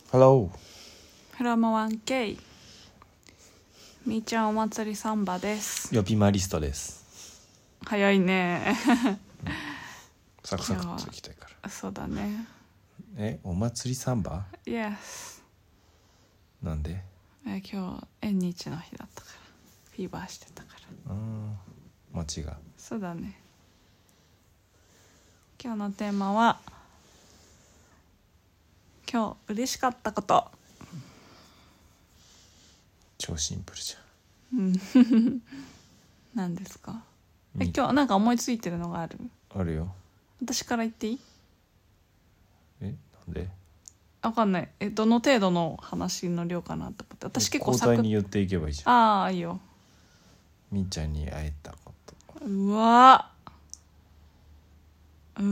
Hello。 フラマ 1K みーちゃんお祭りサンバです。 ヨピマリストです。 早いねサクサクっといきたいから。 そうだね。 お祭りサンバ？ Yes。 なんで？ 今日縁日の日だったからフィーバーしてたから。 街が。 そうだね。今日のテーマは今日嬉しかったこと。 超シンプルじ何ですか？ ゃん。 今日なんか思いついてるのがある？ あるよ。 私から言っていい？ なんで？ わかんない。どの程度の話の量かなと思って。私結構交代に言っていけばいいじゃん。 ああいいよ。 みーちゃんに会えたこと。 うわヒ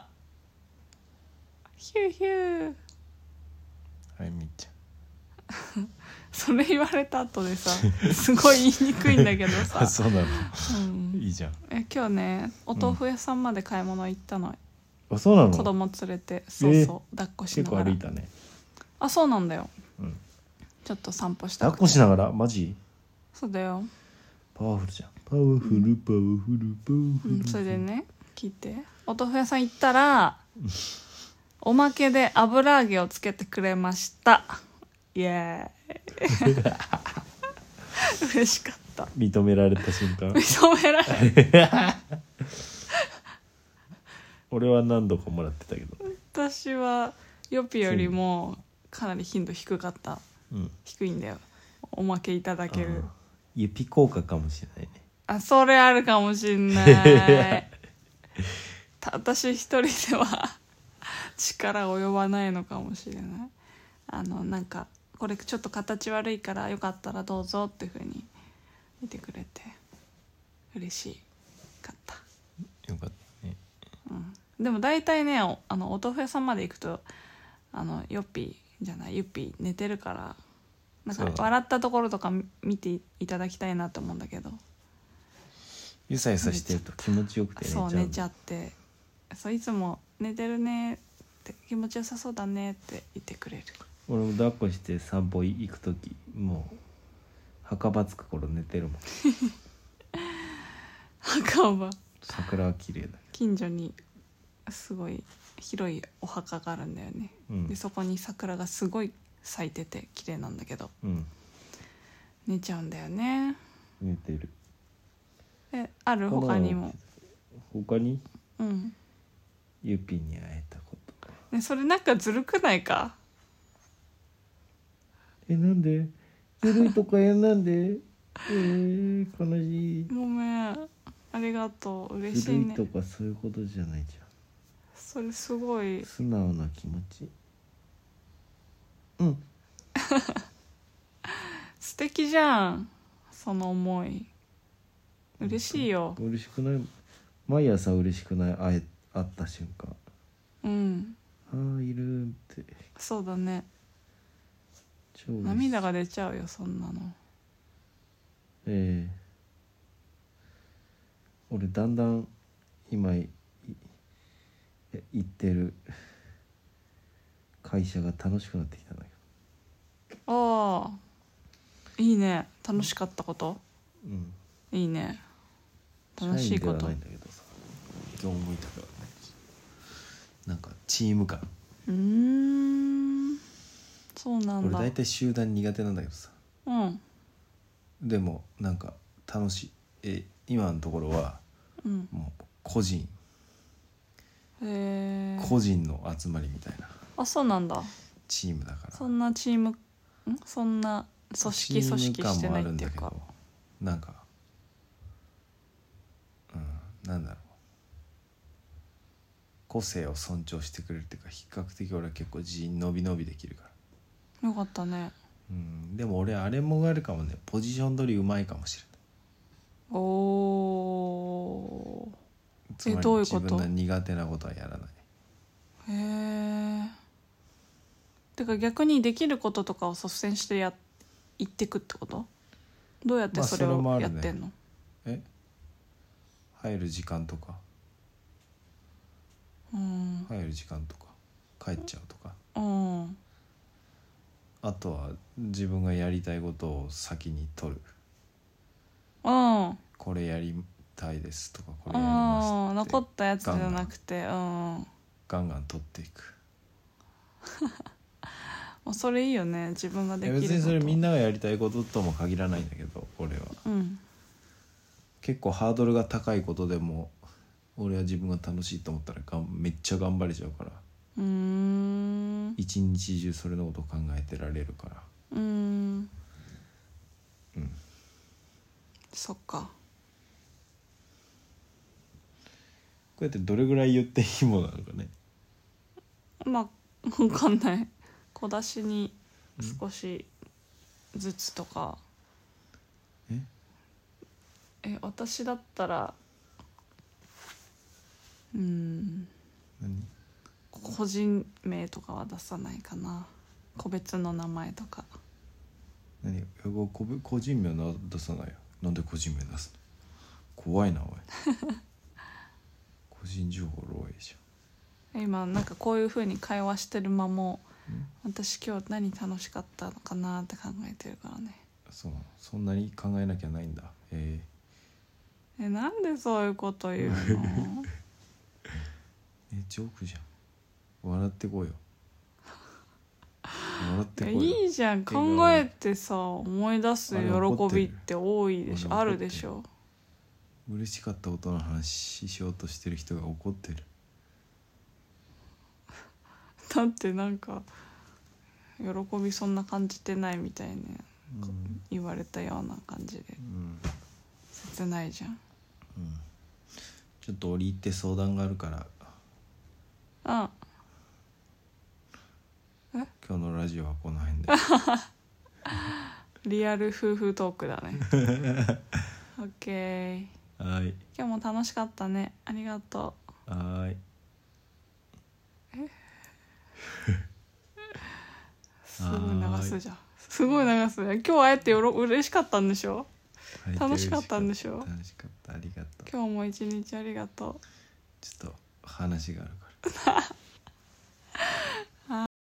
ューヒュー。 はい、みーちそれ言われた後でさすごい言いにくいんだけどゃん。 さそうなの。いいじゃん。 今日ねお豆腐屋さんまで買い物行ったの、 あ、そうなの？ 子供連れて。そうそう、抱っこし結ながら。 構歩いたね。 あ、そうなんだよ、ちょっと散歩したくて。 抱っこしながら？マジ？ そうだよ。 パワフルじゃん。パワフルパワフルパワフル。 それでね、聞いて。お豆腐屋さん行ったらおまけで油揚げをつけてくれました。イエーイ嬉しかった。 認められた瞬間。 認められ俺は何度かもらってたけど。 私はヨピよりもかなり頻度低かった、低いんだよ。おまけいただける。 ユピ効果かもしれないね。 あ、それあるかもしんない私一人では力及ばないのかもしれない。なんかこれちょっと形悪いからよかったらどうぞっていう風に見てくれて嬉しかった。 よかったね。 でも大体ね、お豆腐屋さんまで行くとヨッピーじゃないユッピー寝てるから、なんか笑ったところとか見ていただきたいなと思うんだけど、 ゆさゆさしてると気持ちよくて寝ちゃう。 そう寝ちゃって、そういつも寝てるねって気持ちよさそうだねって言ってくれる。 俺も抱っこして散歩行く時もう墓場つく頃寝てるもん。 墓場。 桜は綺麗だけ近所にすごい広いお墓があるんだよね、でそこに桜がすごい咲いてて綺麗なんだけど、寝ちゃうんだよね。 寝てる。 ある？他にも。 他にユピに会えたこと。 それなんかずるくないか？ なんで？ずるいとかなんで？悲しい。 ごめん、ありがとう。嬉しいね。 ずるいとかそういうことじゃないじゃん。 それすごい素直な気持ち。 素敵じゃん、その思い。嬉しいよ。 嬉しくない？毎朝嬉しくない？会った瞬間。いるって。 そうだね。 超嬉しい。 涙が出ちゃうよそんなの。 俺だんだん今行ってる会社が楽しくなってきたんだけど。 ああいいね。楽しかったこと、いいね。楽しいこと。 社員ではないんだけどさ、業務委託はね、なんかチーム感。 そうなんだ。 俺大体集団苦手なんだけどさ、でもなんか楽しい。今のところはもう個人の集まりみたいな。 あ、そうなんだ。 チームだから。 そんなチームそんな組織してないっていうか、 なんかなんだろう、個性を尊重してくれるっていうか、比較的俺は結構伸び伸びできるから。 よかったね。 でも俺あれもあるかもね、ポジション取りうまいかもしれない。つまりどういうこと？ 自分の苦手なことはやらない。 てか逆にできることとかを率先して言ってくってこと？どうやってそれをやってんの？ 入る時間とか、帰っちゃうとか、 あとは自分がやりたいことを先に取る。 うんこれやりたいですとかこれやりますって残ったやつじゃなくてガンガン取っていく。 もうそれいいよね、自分ができること。 別にそれみんながやりたいこととも限らないんだけど、俺は、結構ハードルが高いことでも俺は自分が楽しいと思ったらめっちゃ頑張れちゃうから、一日中それのことを考えてられるから。 そっか。 こうやってどれぐらい言っていいものなのかね。 まあ分かんない。小出しに少しずつとか。私だったら個人名とかは出さないかな。個別の名前とか。 個人名は出さないよ。なんで個人名出すの。怖いなおい。個人情報漏洩じゃん。今なんかこういう風に会話してる間も、私今日何楽しかったのかなって考えてるからね。 そんなに考えなきゃないんだ。 なんでそういうこと言うの。 ジョークじゃん。笑ってこいよ。笑ってこいよ。 いいじゃん、考えてさ思い出す喜びって多いでしょ。あるでしょ。 嬉しかったことの話しようとしてる人が怒ってる。 だってなんか喜びそんな感じてないみたいに言われたような感じで、切ないじゃん。 ちょっと折り入って相談があるから。今日のラジオはこの辺で。 リアル夫婦トークだね。オッケー。 はい。 今日も楽しかったね。ありがとう。 はい。 すごい流すじゃん。すごい流す。今日会えて嬉しかったんでしょ。楽しかったんでしょ。 楽しかった。ありがとう。 今日も一日ありがとう。 ちょっと話があるから。